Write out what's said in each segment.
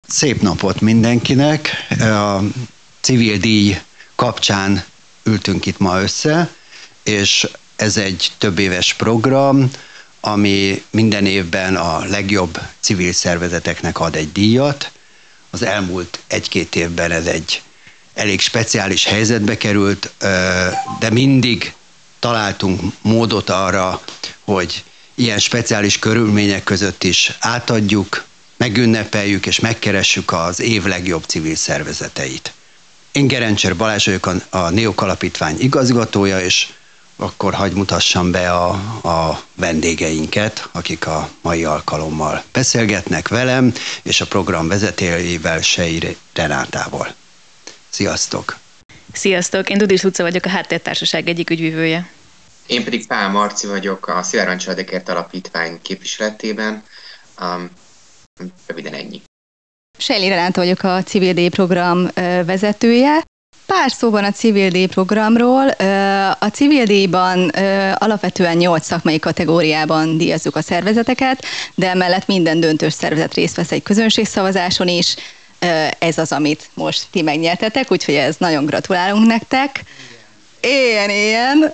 Szép napot mindenkinek! A civil díj kapcsán ültünk itt ma össze, és ez egy többéves program, ami minden évben a legjobb civil szervezeteknek ad egy díjat. Az elmúlt egy-két évben ez egy elég speciális helyzetbe került, de mindig találtunk módot arra, hogy ilyen speciális körülmények között is átadjuk, megünnepeljük és megkeressük az év legjobb civil szervezeteit. Én Gerencsér Balázs vagyok, a NEOK Alapítvány igazgatója, és akkor hadd mutassam be a vendégeinket, akik a mai alkalommal beszélgetnek velem, és a program vezetőjével, Sejr Renátával. Sziasztok! Sziasztok! Én Dudis Luca vagyok, a Háttértársaság egyik ügyvivője. Én pedig Pál Marci vagyok, a Szivárvány Családokért Alapítvány képviseletében. Röviden ennyi. Sejr Renáta vagyok, a Civil Díj program vezetője. Pár szóban a Civil Díj programról. A Civil Díjban alapvetően 8 szakmai kategóriában díjazzuk a szervezeteket, de emellett minden döntős szervezet részt vesz egy közönségszavazáson is. Ez az, amit most ti megnyertetek, úgyhogy ez nagyon gratulálunk nektek. Ilyen.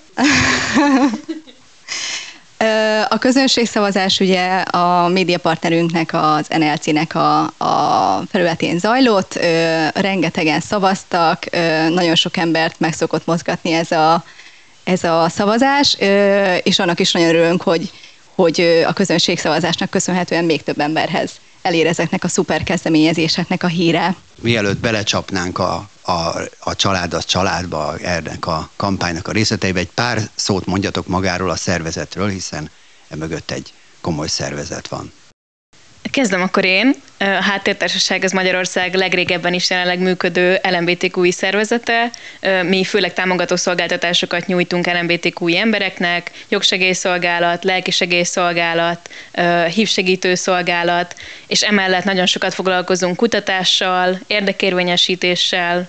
A közönségszavazás ugye a médiapartnerünknek, az NLC-nek a felületén zajlott, rengetegen szavaztak, nagyon sok embert meg szokott mozgatni ez a szavazás, és annak is nagyon örülünk, hogy a közönségszavazásnak köszönhetően még több emberhez elér ezeknek a szuper kezdeményezéseknek a híre. Mielőtt belecsapnánk a család az családba, ennek a kampánynak a részleteibe, egy pár szót mondjatok magáról a szervezetről, hiszen emögött egy komoly szervezet van. Kezdem akkor én. A Háttértársaság az Magyarország legrégebben is jelenleg működő LMBTQI szervezete. Mi főleg támogató szolgáltatásokat nyújtunk LMBTQI embereknek, jogsegélyszolgálat, lelkisegélyszolgálat, hívsegítő szolgálat, és emellett nagyon sokat foglalkozunk kutatással, érdekérvényesítéssel,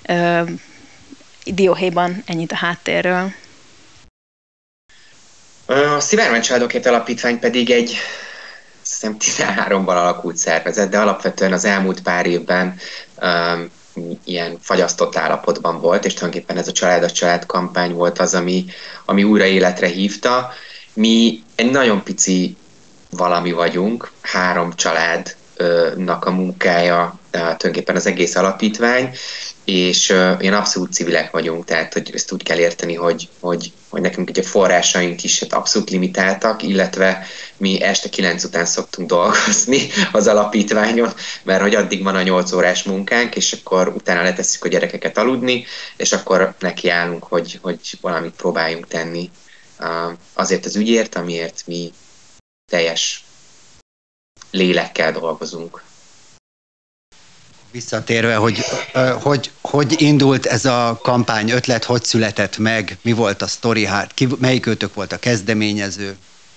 dióhéjban ennyit a háttérről. A Szivárvány Családokért Alapítvány pedig egy 13-ban alakult szervezet, de alapvetően az elmúlt pár évben ilyen fagyasztott állapotban volt, és tulajdonképpen ez a Család a Család kampány volt az, ami újra életre hívta. Mi egy nagyon pici valami vagyunk, 3 családnak a munkája tulajdonképpen az egész alapítvány, és ilyen abszolút civilek vagyunk, tehát hogy ezt úgy kell érteni, hogy nekünk ugye forrásaink is abszolút limitáltak, illetve mi este 9 után szoktunk dolgozni az alapítványon, mert hogy addig van a 8 órás munkánk, és akkor utána letesszük a gyerekeket aludni, és akkor nekiállunk, hogy valamit próbáljunk tenni azért az ügyért, amiért mi teljes lélekkel dolgozunk. Visszatérve, hogy indult ez a kampány ötlet, hogy született meg, mi volt a sztori, melyik őtök volt a kezdeményező?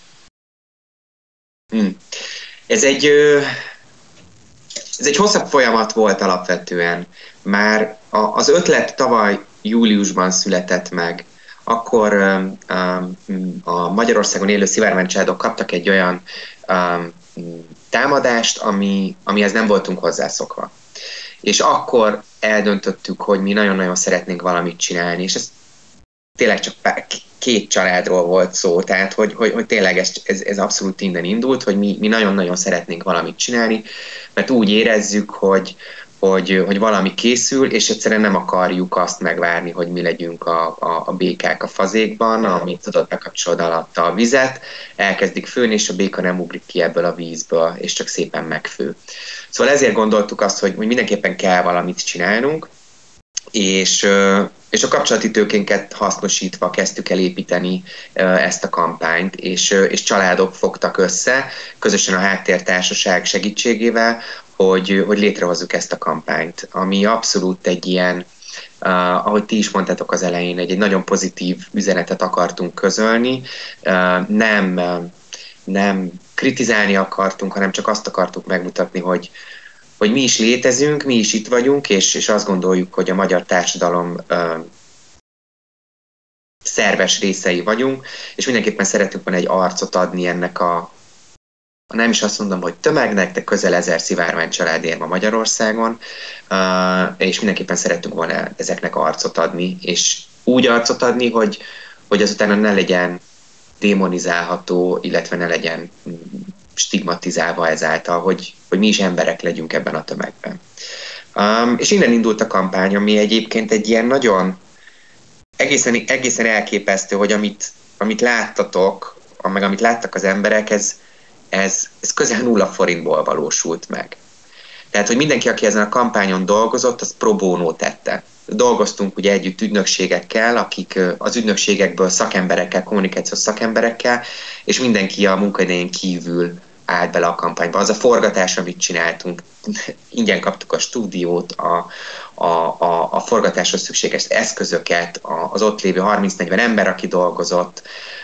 Ez egy hosszabb folyamat volt alapvetően. Már az ötlet tavaly júliusban született meg. Akkor a Magyarországon élő szivárványcsaládok kaptak egy olyan támadást, amihez nem voltunk hozzászokva. És akkor eldöntöttük, hogy mi nagyon-nagyon szeretnénk valamit csinálni, és ez tényleg csak 2 családról volt szó, tehát hogy tényleg ez abszolút innen indult, hogy mi nagyon-nagyon szeretnénk valamit csinálni, mert úgy érezzük, hogy valami készül, és egyszerűen nem akarjuk azt megvárni, hogy mi legyünk a békák a fazékban, amit tudod, bekapcsolod alatta a vizet, elkezdik főni, és a béka nem ugrik ki ebből a vízből, és csak szépen megfő. Szóval ezért gondoltuk azt, hogy mindenképpen kell valamit csinálnunk, és a kapcsolati tőkénket hasznosítva kezdtük el építeni ezt a kampányt, és családok fogtak össze, közösen a Háttértársaság segítségével, hogy létrehozzuk ezt a kampányt, ami abszolút egy ilyen, ahogy ti is mondtátok az elején, egy nagyon pozitív üzenetet akartunk közölni, nem kritizálni akartunk, hanem csak azt akartuk megmutatni, hogy mi is létezünk, mi is itt vagyunk, és azt gondoljuk, hogy a magyar társadalom szerves részei vagyunk, és mindenképpen szeretünk volna egy arcot adni ennek a nem is azt mondom, hogy tömegnek, de közel 1000 szivárvány család él ma Magyarországon, és mindenképpen szerettünk volna ezeknek arcot adni, és úgy arcot adni, hogy azután ne legyen démonizálható, illetve ne legyen stigmatizálva ezáltal, hogy mi is emberek legyünk ebben a tömegben. És innen indult a kampány, ami egyébként egy ilyen nagyon egészen elképesztő, hogy amit láttatok, meg amit láttak az emberek, ez közel 0 forintból valósult meg. Tehát, hogy mindenki, aki ezen a kampányon dolgozott, az pro bono tette. Dolgoztunk ugye együtt ügynökségekkel, akik az ügynökségekből szakemberekkel, kommunikációs szakemberekkel, és mindenki a munkaidején kívül állt bele a kampányba. Az a forgatás, amit csináltunk, ingyen kaptuk a stúdiót, a forgatáshoz szükséges eszközöket, az ott lévő 30-40 ember, aki dolgozott,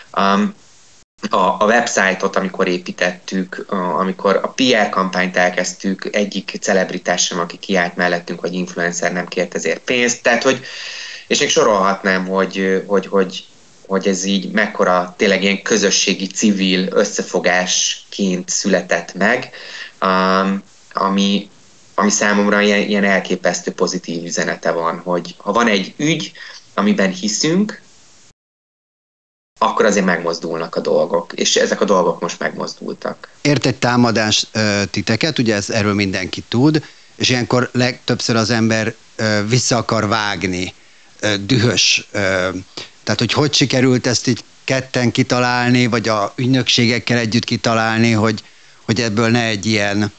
a website-ot, amikor építettük, amikor a PR kampányt elkezdtük, egyik celebritás sem, aki kiállt mellettünk, vagy influencer nem kért ezért pénzt. Tehát, és még sorolhatnám, hogy ez így mekkora tényleg ilyen közösségi, civil összefogásként született meg, ami számomra ilyen elképesztő pozitív üzenete van, hogy ha van egy ügy, amiben hiszünk, akkor azért megmozdulnak a dolgok, és ezek a dolgok most megmozdultak. Ért egy támadás titeket, ugye erről mindenki tud, és ilyenkor legtöbbször az ember vissza akar vágni, dühös. Tehát, hogy sikerült ezt így ketten kitalálni, vagy a ügynökségekkel együtt kitalálni, hogy ebből ne egy ilyen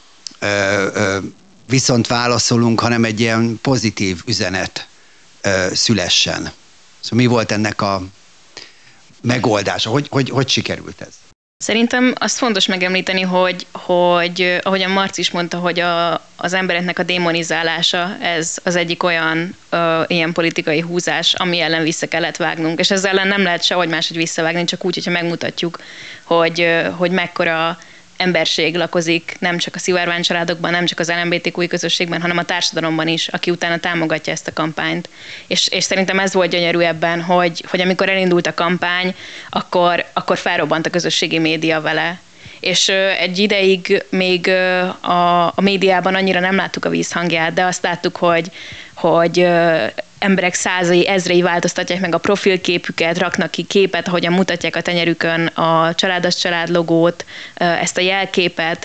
viszont válaszolunk, hanem egy ilyen pozitív üzenet szülessen. Szóval mi volt ennek a megoldása? Hogy sikerült ez? Szerintem azt fontos megemlíteni, hogy ahogyan Marci is mondta, hogy az embereknek a démonizálása, ez az egyik olyan ilyen politikai húzás, ami ellen vissza kellett vágnunk. És ezzel ellen nem lehet sehogy máshogy visszavágni, csak úgy, hogyha megmutatjuk, hogy mekkora emberség lakozik nem csak a szivárvány családokban, nem csak az LMBTQ közösségben, hanem a társadalomban is, aki utána támogatja ezt a kampányt. És szerintem ez volt gyönyörű ebben, hogy amikor elindult a kampány, akkor felrobbant a közösségi média vele. És egy ideig még a médiában annyira nem láttuk a vízhangját, de azt láttuk, hogy emberek százai, ezrei változtatják meg a profilképüket, raknak ki képet, ahogyan mutatják a tenyerükön a Család család logót, ezt a jelképet,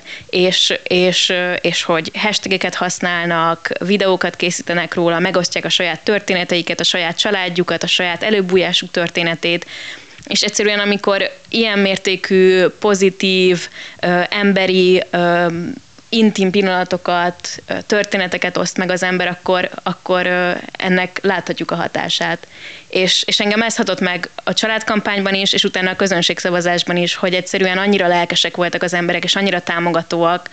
és hogy hashtageket használnak, videókat készítenek róla, megosztják a saját történeteiket, a saját családjukat, a saját előbújásuk történetét, és egyszerűen amikor ilyen mértékű, pozitív, emberi, intim pillanatokat, történeteket oszt meg az ember, akkor ennek láthatjuk a hatását. És engem ez hatott meg a családkampányban is, és utána a közönségszavazásban is, hogy egyszerűen annyira lelkesek voltak az emberek, és annyira támogatóak,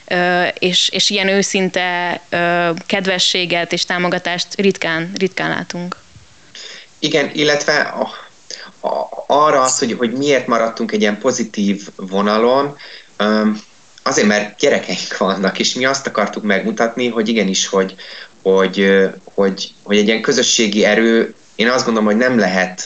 és ilyen őszinte kedvességet és támogatást ritkán látunk. Igen, illetve arra az, hogy miért maradtunk egy ilyen pozitív vonalon, azért, mert gyerekeink vannak, és mi azt akartuk megmutatni, hogy igenis, hogy egy ilyen közösségi erő, én azt gondolom, hogy nem lehet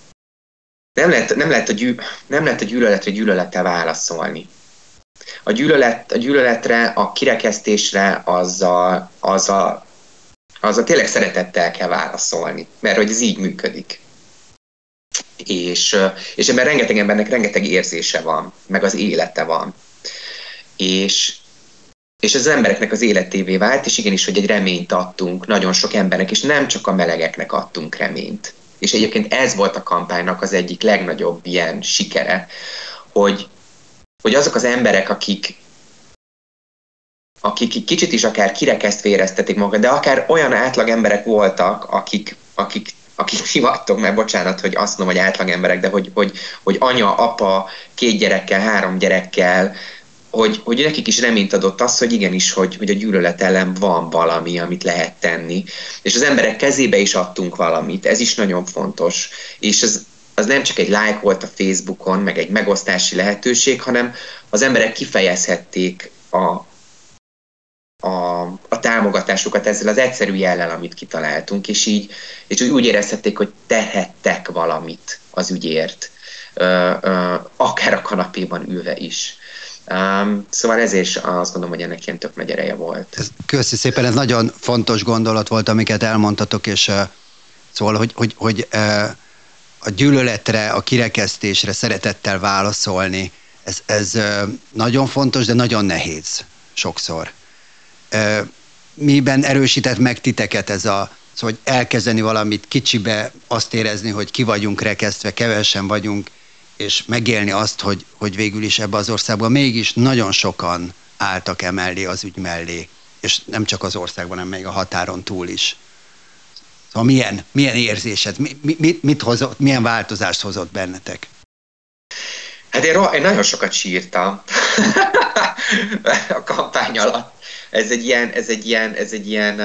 a gyűlöletre gyűlölettel válaszolni. A gyűlöletre, a kirekesztésre azzal tényleg szeretettel kell válaszolni, mert hogy ez így működik. És ebben rengeteg embernek rengeteg érzése van, meg az élete van. És ez az embereknek az életévé vált, és igenis, hogy egy reményt adtunk nagyon sok embernek, és nem csak a melegeknek adtunk reményt. És egyébként ez volt a kampánynak az egyik legnagyobb ilyen sikere, hogy azok az emberek, akik kicsit is akár kirekesztve éreztetik magukat, de akár olyan átlag emberek voltak, akik hivattok, mert bocsánat, hogy azt mondom, hogy átlag emberek, de hogy anya, apa, 2 gyerekkel, 3 gyerekkel, hogy nekik is reményt adott az, hogy igenis, hogy a gyűlölet ellen van valami, amit lehet tenni. És az emberek kezébe is adtunk valamit, ez is nagyon fontos. És az nem csak egy like volt a Facebookon, meg egy megosztási lehetőség, hanem az emberek kifejezhették a támogatásukat ezzel az egyszerű jellel, amit kitaláltunk, és úgy érezhették, hogy tehettek valamit az ügyért, akár a kanapéban ülve is. Szóval ezért is azt gondolom, hogy ennek ilyen tök nagy ereje volt. Köszi szépen, ez nagyon fontos gondolat volt, amiket elmondtatok, és szóval, hogy a gyűlöletre, a kirekesztésre szeretettel válaszolni, ez nagyon fontos, de nagyon nehéz sokszor. Miben erősített meg titeket ez szóval, hogy elkezdeni valamit kicsibe, azt érezni, hogy ki vagyunk rekesztve, kevesen vagyunk, és megélni azt, hogy végül is ebbe az országban mégis nagyon sokan álltak emellé az ügy mellé, és nem csak az országban, hanem még a határon túl is. Szóval milyen érzésed, mit hozott, milyen változást hozott bennetek? Hát én nagyon sokat sírtam a kampány alatt. Ez egy ilyen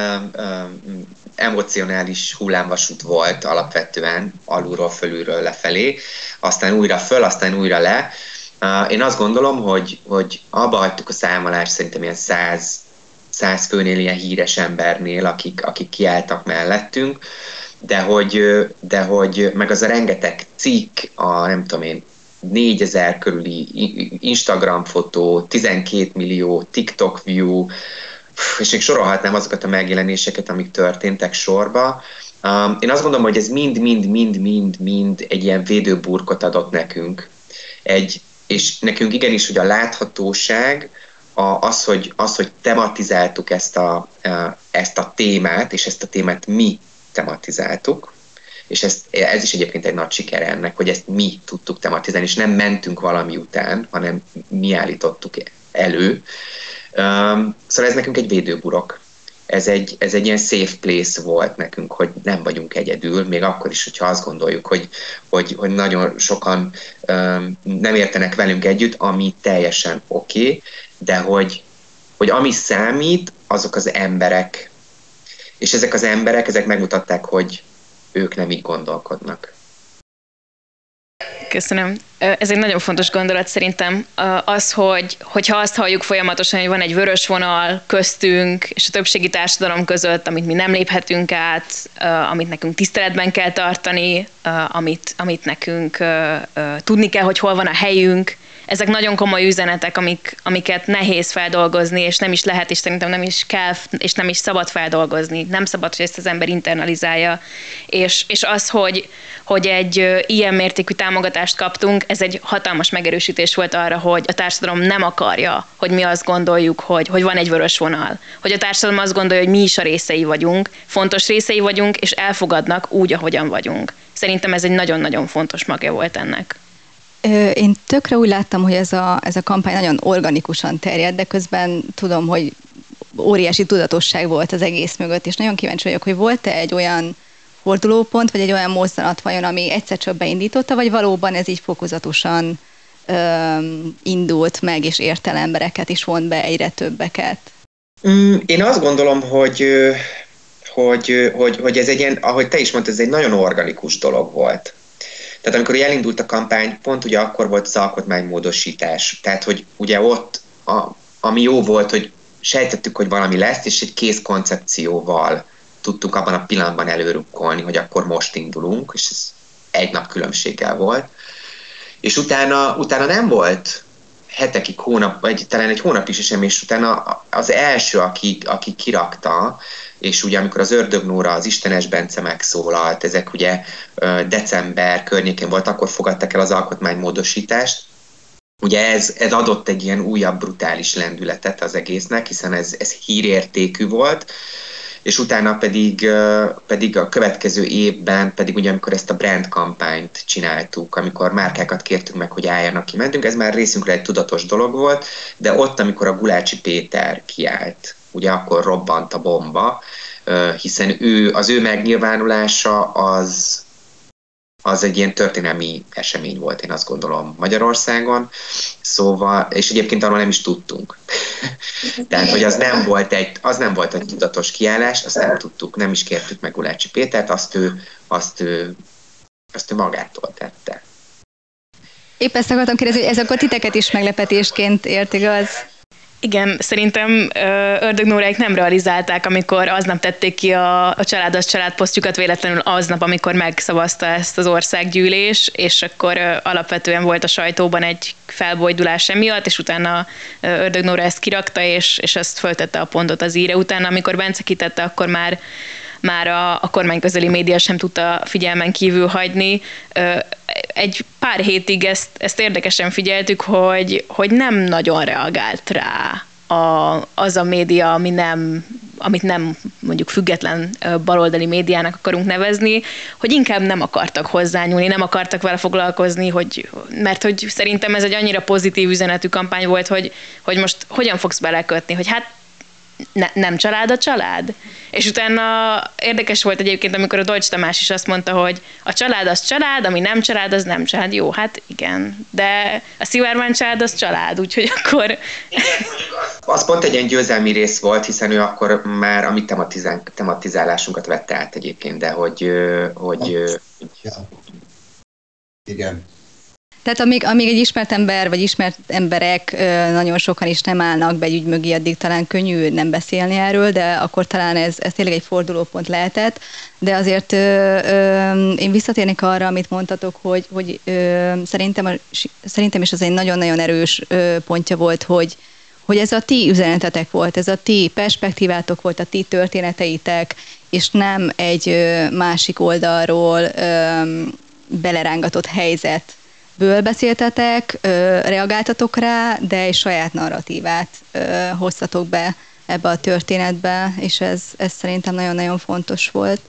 emocionális hullámvasút volt alapvetően, alulról, fölülről, lefelé, aztán újra föl, aztán újra le. Én azt gondolom, hogy abba hagytuk a számolást szerintem ilyen 100 főnél, ilyen híres embernél, akik kiálltak mellettünk, de hogy meg az a rengeteg cikk, nem tudom én, 4000 körüli Instagram fotó, 12 millió TikTok view, és még sorolhatnám azokat a megjelenéseket, amik történtek sorba. Én azt gondolom, hogy ez mind egy ilyen védőburkot adott nekünk. És nekünk igenis, hogy a láthatóság, az, hogy tematizáltuk ezt a témát, és ezt a témát mi tematizáltuk, és ez is egyébként egy nagy siker ennek, hogy ezt mi tudtuk tematizálni, és nem mentünk valami után, hanem mi állítottuk elő. Szóval ez nekünk egy védőburok. Ez egy ilyen safe place volt nekünk, hogy nem vagyunk egyedül, még akkor is, hogyha azt gondoljuk, hogy nagyon sokan nem értenek velünk együtt, ami teljesen oké, de hogy ami számít, azok az emberek. És ezek az emberek, ezek megmutatták, hogy ők nem így gondolkodnak. Köszönöm. Ez egy nagyon fontos gondolat szerintem. Az, hogyha azt halljuk folyamatosan, hogy van egy vörös vonal köztünk és a többségi társadalom között, amit mi nem léphetünk át, amit nekünk tiszteletben kell tartani, amit nekünk tudni kell, hogy hol van a helyünk. Ezek nagyon komoly üzenetek, amiket nehéz feldolgozni, és nem is lehet, és szerintem nem is kell, és nem is szabad feldolgozni. Nem szabad, hogy ezt az ember internalizálja. És az, hogy egy ilyen mértékű támogatást kaptunk, ez egy hatalmas megerősítés volt arra, hogy a társadalom nem akarja, hogy mi azt gondoljuk, hogy van egy vörös vonal. Hogy a társadalom azt gondolja, hogy mi is a részei vagyunk, fontos részei vagyunk, és elfogadnak úgy, ahogyan vagyunk. Szerintem ez egy nagyon-nagyon fontos magja volt ennek. Én tökre úgy láttam, hogy ez a kampány nagyon organikusan terjed, de közben tudom, hogy óriási tudatosság volt az egész mögött, és nagyon kíváncsi vagyok, hogy volt-e egy olyan fordulópont, vagy egy olyan mozzanat vajon, ami egyszer csak beindította, vagy valóban ez így fokozatosan indult meg, és ért el embereket, és vont be egyre többeket? Én azt gondolom, hogy ez egy ilyen, ahogy te is mondtad, ez egy nagyon organikus dolog volt. Tehát amikor elindult a kampány, pont ugye akkor volt az alkotmánymódosítás. Tehát, hogy ugye ott, ami jó volt, hogy sejtettük, hogy valami lesz, és egy kész koncepcióval tudtuk abban a pillanatban előrukkolni, hogy akkor most indulunk, és ez egy nap különbséggel volt. És utána nem volt hetekig, vagy talán egy hónap is sem, és utána az első, aki kirakta, és ugye amikor az Ördög Nóra, az Istenes Bence megszólalt, ezek ugye december környékén volt, akkor fogadtak el az alkotmánymódosítást. Ugye ez adott egy ilyen újabb brutális lendületet az egésznek, hiszen ez hírértékű volt, és utána pedig a következő évben, pedig ugye amikor ezt a brand kampányt csináltuk, amikor márkákat kértünk meg, hogy álljanak ki, mentünk, ez már részünkre egy tudatos dolog volt, de ott, amikor a Gulácsi Péter kiállt, ugye akkor robbant a bomba, hiszen az ő megnyilvánulása az egy ilyen történelmi esemény volt, én azt gondolom, Magyarországon. Szóval, és egyébként arról nem is tudtunk. Tehát, hogy az nem volt egy tudatos kiállás, azt nem tudtuk, nem is kértük meg Gulácsi Pétert, azt ő magától tette. Épp ezt akartam kérdezni, hogy ez akkor titeket is meglepetésként ért, igaz? Igen, szerintem Ördög Nóráik nem realizálták, amikor aznap tették ki a Család az család posztjukat véletlenül aznap, amikor megszavazta ezt az országgyűlés, és akkor alapvetően volt a sajtóban egy felbojdulás emiatt, és utána Ördög Nóra ezt kirakta, és ezt föltette a pontot az íre. Utána, amikor Bence kitette, akkor már a kormányközeli média sem tudta figyelmen kívül hagyni. Egy pár hétig ezt érdekesen figyeltük, hogy nem nagyon reagált rá az a média, amit nem mondjuk független baloldali médiának akarunk nevezni, hogy inkább nem akartak hozzányúlni, nem akartak vele foglalkozni, mert hogy szerintem ez egy annyira pozitív üzenetű kampány volt, hogy most hogyan fogsz belekötni, hogy hát nem család a család. És utána érdekes volt egyébként, amikor a Deutsch Tamás is azt mondta, hogy a család az család, ami nem család, az nem család. Jó, hát igen, de a Szivárvány család az család, úgyhogy akkor... Az pont egy ilyen győzelmi rész volt, hiszen ő akkor már a mi tematizálásunkat vette át egyébként, de hogy... Igen. Tehát amíg egy ismert ember, vagy ismert emberek nagyon sokan is nem állnak be egy ügy mögé, addig talán könnyű nem beszélni erről, de akkor talán ez tényleg egy fordulópont lehetett. De azért én visszatérnék arra, amit mondtatok, hogy szerintem is az egy nagyon-nagyon erős pontja volt, hogy ez a ti üzenetetek volt, ez a ti perspektívátok volt, a ti történeteitek, és nem egy másik oldalról belerángatott helyzet. Ből beszéltetek, reagáltatok rá, de egy saját narratívát hoztatok be ebbe a történetbe, és ez szerintem nagyon-nagyon fontos volt.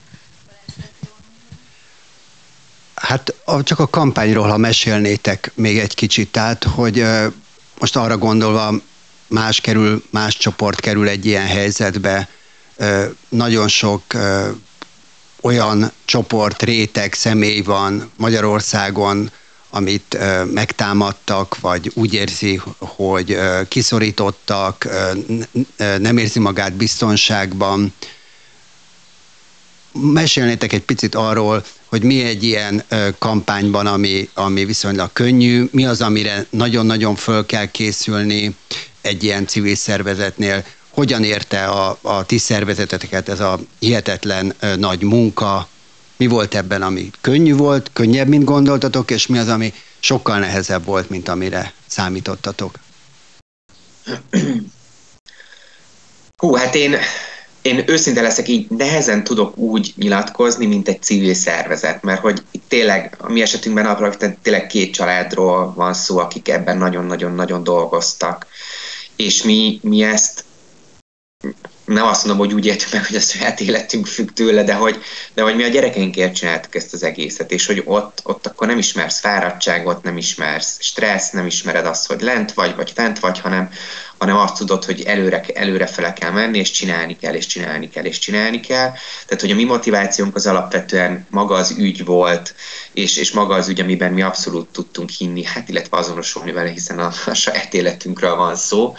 Hát csak a kampányról, ha mesélnétek még egy kicsit, tehát, hogy most arra gondolva más csoport kerül egy ilyen helyzetbe, nagyon sok olyan csoport, réteg, személy van Magyarországon, amit megtámadtak, vagy úgy érzi, hogy kiszorítottak, nem érzi magát biztonságban. Mesélnétek egy picit arról, hogy mi egy ilyen kampányban, ami viszonylag könnyű, mi az, amire nagyon-nagyon föl kell készülni egy ilyen civil szervezetnél, hogyan érte a ti szervezeteket ez a hihetetlen nagy munka, mi volt ebben, ami könnyű volt, könnyebb, mint gondoltatok, és mi az, ami sokkal nehezebb volt, mint amire számítottatok? Hát én őszinte leszek, így nehezen tudok úgy nyilatkozni, mint egy civil szervezet, mert hogy itt tényleg, a mi esetünkben alapvetően tényleg 2 családról van szó, akik ebben nagyon-nagyon-nagyon dolgoztak. És mi ezt nem azt mondom, hogy úgy értjük meg, hogy a saját életünk függ tőle, de hogy mi a gyerekeinkért csináltuk ezt az egészet, és hogy ott akkor nem ismersz fáradtságot, nem ismersz stressz, nem ismered azt, hogy lent vagy fent vagy, hanem azt tudod, hogy előrefele kell menni, és csinálni kell. Tehát, hogy a mi motivációnk az alapvetően maga az ügy volt, és maga az ügy, amiben mi abszolút tudtunk hinni, hát illetve azonosulni vele, hiszen a saját életünkről van szó.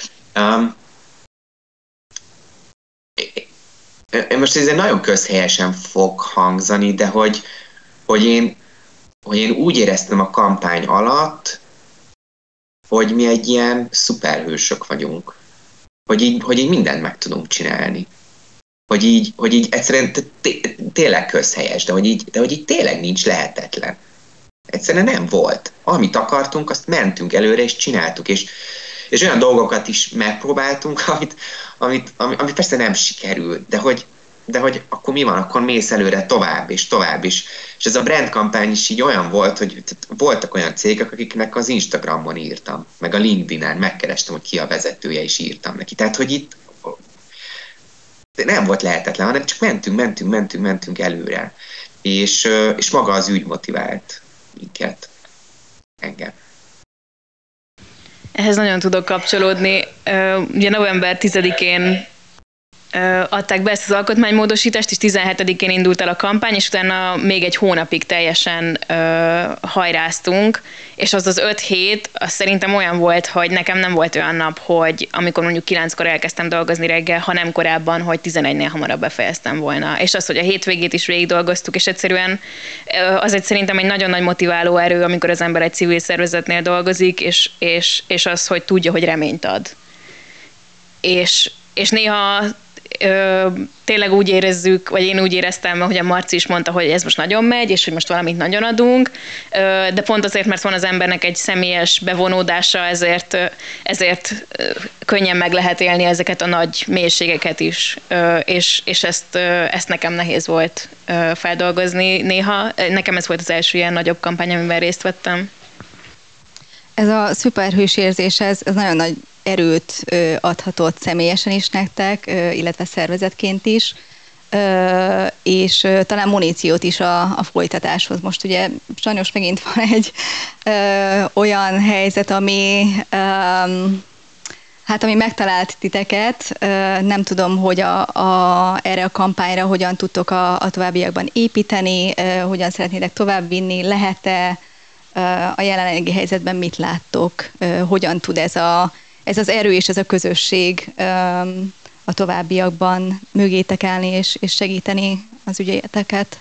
Most ez nagyon közhelyesen fog hangzani, de hogy én úgy éreztem a kampány alatt, hogy mi egy ilyen szuperhősök vagyunk. Hogy így mindent meg tudunk csinálni. Hogy így egyszerűen tényleg közhelyes, de hogy így tényleg nincs lehetetlen. Egyszerűen nem volt. Amit akartunk, azt mentünk előre és csináltuk, és olyan dolgokat is megpróbáltunk, amit persze nem sikerült, de hogy akkor mi van, akkor mész előre tovább is. És ez a brand kampány is így olyan volt, hogy voltak olyan cégek, akiknek az Instagramon írtam, meg a LinkedIn-en megkerestem, hogy ki a vezetője, és írtam neki. Tehát, hogy itt nem volt lehetetlen, hanem csak mentünk előre. És maga az ügy motivált minket, engem. Ehhez nagyon tudok kapcsolódni. Ugye november 10-én adták be ezt az alkotmánymódosítást, és 17-én indult el a kampány, és utána még egy hónapig teljesen hajráztunk, és az 5 hét, az szerintem olyan volt, hogy nekem nem volt olyan nap, hogy amikor mondjuk 9-kor elkezdtem dolgozni reggel, hanem korábban, hogy 11-nél hamarabb befejeztem volna. És az, hogy a hétvégét is végig dolgoztuk, és egyszerűen az szerintem egy nagyon nagy motiváló erő, amikor az ember egy civil szervezetnél dolgozik, és az, hogy tudja, hogy reményt ad. és néha tényleg úgy érezzük, vagy én úgy éreztem, hogy a Marci is mondta, hogy ez most nagyon megy, és hogy most valamit nagyon adunk, de pont azért, mert van az embernek egy személyes bevonódása, ezért könnyen meg lehet élni ezeket a nagy mélységeket is, és ezt nekem nehéz volt feldolgozni néha. Nekem ez volt az első ilyen nagyobb kampány, amiben részt vettem. Ez a szuperhős érzés, ez nagyon nagy erőt adhatott személyesen is nektek, illetve szervezetként is, és talán muníciót is a folytatáshoz. Most ugye sajnos megint van egy olyan helyzet, ami ami megtalált titeket. Nem tudom, hogy erre a kampányra hogyan tudtok a továbbiakban építeni, hogyan szeretnétek továbbvinni, lehet-e a jelenlegi helyzetben mit láttok, hogyan tud ez az erő és ez a közösség a továbbiakban mögétek állni és segíteni az ügyeteket?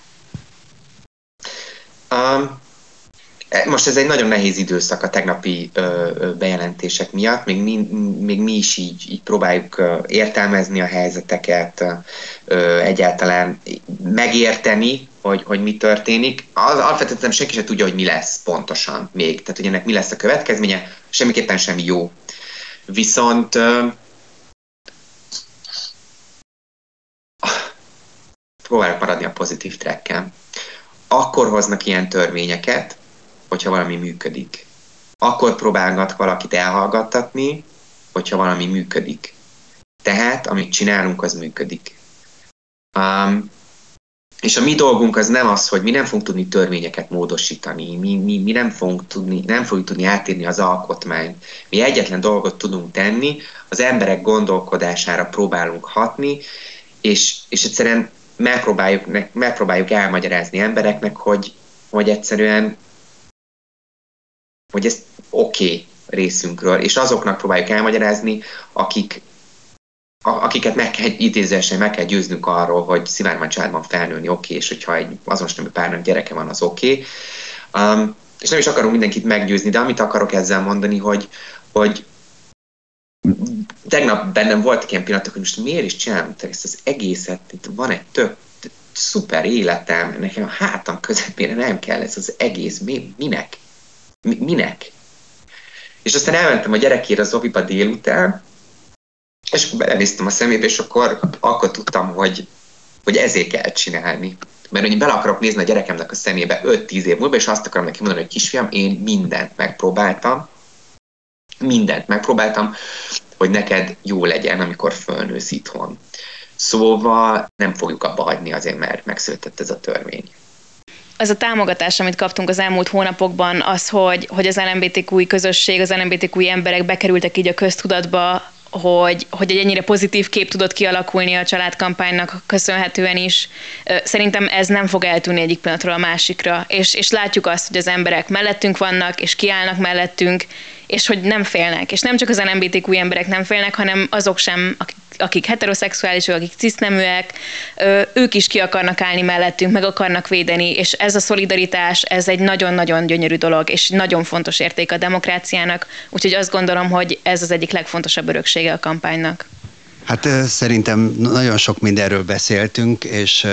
Most ez egy nagyon nehéz időszak a tegnapi bejelentések miatt, még mi is így próbáljuk értelmezni a helyzeteket, egyáltalán megérteni, hogy mi történik. Alapvetően senki sem tudja, hogy mi lesz pontosan még, tehát hogy ennek mi lesz a következménye, semmiképpen sem jó. Viszont próbálok maradni a pozitív tracken. Akkor hoznak ilyen törvényeket, hogyha valami működik. Akkor próbálnak valakit elhallgattatni, hogyha valami működik. Tehát, amit csinálunk, az működik. És a mi dolgunk az nem az, hogy mi nem fogunk tudni törvényeket módosítani, mi nem fogjuk tudni átírni az alkotmányt. Mi egyetlen dolgot tudunk tenni, az emberek gondolkodására próbálunk hatni, és egyszerűen megpróbáljuk elmagyarázni embereknek, hogy egyszerűen hogy ez oké részünkről, és azoknak próbáljuk elmagyarázni, akiket meg kell győznünk arról, hogy szivárvány családban felnőni oké, és hogyha egy azonos nemű párnak gyereke van, az oké. És nem is akarunk mindenkit meggyőzni, de amit akarok ezzel mondani, hogy tegnap bennem voltak ilyen pillanatok, hogy most miért is csinálom ezt az egészet, itt van egy tök szuper életem, nekem a hátam közepére nem kell ez az egész, minek? Minek? És aztán elmentem a gyerekére az oviba délután, és akkor belenéztem a szemébe, és akkor tudtam, hogy ezért kell csinálni. Mert hogy bele akarok nézni a gyerekemnek a szemébe 5-10 év múlva, és azt akarom neki mondani, hogy kisfiam, én mindent megpróbáltam, hogy neked jó legyen, amikor fölnősz itthon. Szóval nem fogjuk abba hagyni azért, mert megszületett ez a törvény. Az a támogatás, amit kaptunk az elmúlt hónapokban, az, hogy az LMBTQ közösség, az LMBTQ emberek bekerültek így a köztudatba, hogy egy ennyire pozitív kép tudott kialakulni a családkampánynak köszönhetően is. Szerintem ez nem fog eltűnni egyik pillanatról a másikra, és látjuk azt, hogy az emberek mellettünk vannak, és kiállnak mellettünk, és hogy nem félnek. És nem csak az LMBTQ emberek nem félnek, hanem azok sem, akik heteroszexuálisok, akik ciszneműek, ők is ki akarnak állni mellettünk, meg akarnak védeni, és ez a szolidaritás, ez egy nagyon-nagyon gyönyörű dolog, és nagyon fontos érték a demokráciának, úgyhogy azt gondolom, hogy ez az egyik legfontosabb öröksége a kampánynak. Hát szerintem nagyon sok mindenről beszéltünk, és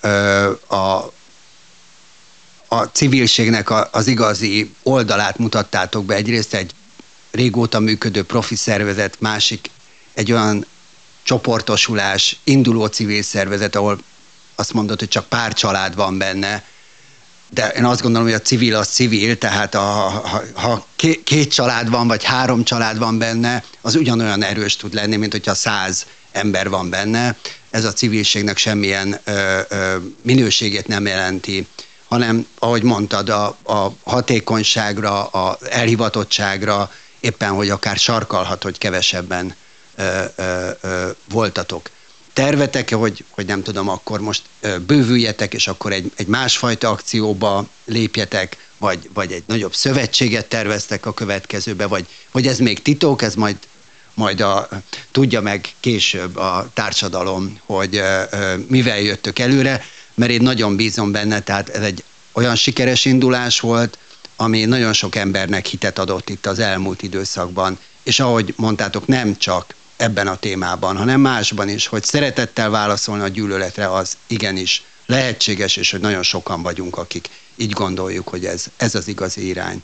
a civilségnek az igazi oldalát mutattátok be. Egyrészt egy régóta működő profi szervezet, másik egy olyan csoportosulás, induló civil szervezet, ahol azt mondod, hogy csak pár család van benne, de én azt gondolom, hogy a civil az civil, tehát ha 2 család van, vagy 3 család van benne, az ugyanolyan erős tud lenni, mint hogyha 100 ember van benne. Ez a civilségnek semmilyen minőségét nem jelenti, hanem, ahogy mondtad, a hatékonyságra, az elhivatottságra, éppen, hogy akár sarkalhat, hogy kevesebben voltatok. Tervetek-e, hogy nem tudom, akkor most bővüljetek, és akkor egy másfajta akcióba lépjetek, vagy egy nagyobb szövetséget terveztek a következőbe, vagy ez még titok, ez majd tudja meg később a társadalom, hogy mivel jöttök előre, mert én nagyon bízom benne, tehát ez egy olyan sikeres indulás volt, ami nagyon sok embernek hitet adott itt az elmúlt időszakban, és ahogy mondtátok, nem csak ebben a témában, hanem másban is, hogy szeretettel válaszolni a gyűlöletre, az igenis lehetséges, és hogy nagyon sokan vagyunk, akik így gondoljuk, hogy ez az igazi irány.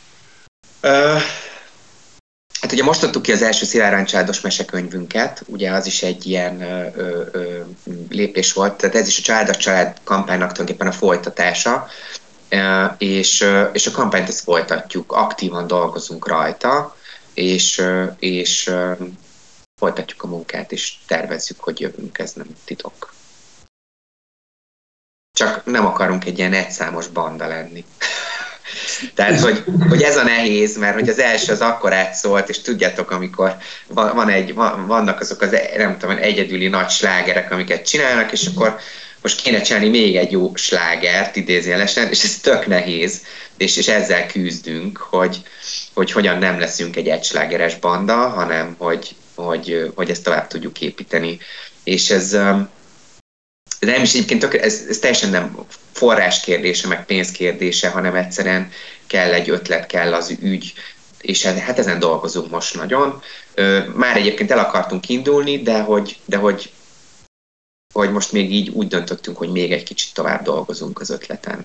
Hát ugye most adtuk ki az első Szilárd Arany mesekönyvünket, ugye az is egy ilyen lépés volt, tehát ez is a Család a Család kampánynak tulajdonképpen a folytatása, és a kampányt ezt folytatjuk, aktívan dolgozunk rajta, és folytatjuk a munkát, és tervezzük, hogy jövünk, ez nem titok. Csak nem akarunk egy ilyen egyszámos banda lenni. Tehát, hogy ez a nehéz, mert hogy az első az akkor átszólt, és tudjátok, amikor vannak azok az, nem tudom, egyedüli nagy slágerek, amiket csinálnak, és akkor most kéne csinálni még egy jó slágert, idézőjelesen, és ez tök nehéz, és ezzel küzdünk, hogy hogyan nem leszünk egy egyslágeres banda, hanem hogy ezt tovább tudjuk építeni. És ez nem is egyébként ez teljesen nem forrás kérdése, meg pénz kérdése, hanem egyszerűen kell egy ötlet, kell az ügy, és hát ezen dolgozunk most nagyon. Már egyébként el akartunk indulni, de hogy most még így úgy döntöttünk, hogy még egy kicsit tovább dolgozunk az ötleten,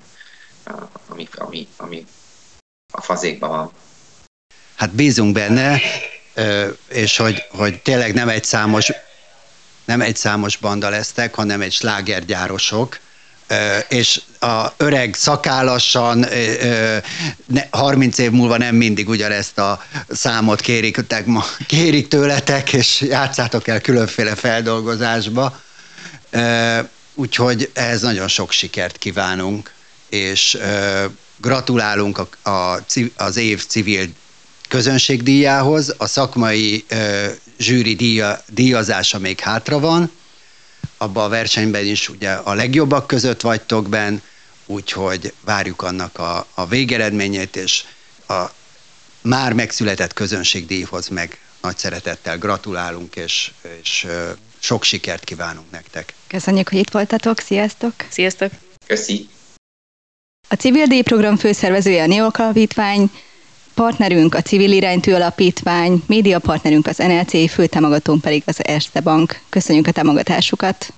ami a fazékban van. Hát bízunk benne, és hogy tényleg nem egy számos banda lesztek, hanem egy slágergyárosok, és a öreg szakállasan 30 év múlva nem mindig ugyanezt a számot kérik tőletek, és játszátok el különféle feldolgozásba. Úgyhogy ehhez nagyon sok sikert kívánunk, és gratulálunk az év civil közönségdíjához, a szakmai zsűri díjazása még hátra van, abban a versenyben is ugye a legjobbak között vagytok benn, úgyhogy várjuk annak a végeredményét, és a már megszületett közönségdíjhoz meg nagy szeretettel gratulálunk, és sok sikert kívánunk nektek. Köszönjük, hogy itt voltatok, sziasztok! Sziasztok! Köszi! A Civil Day program főszervezője a NEOK Alapítvány, partnerünk a Civil Iránytű Alapítvány, médiapartnerünk az NLC, főtámogatónk pedig az Erste Bank. Köszönjük a támogatásukat!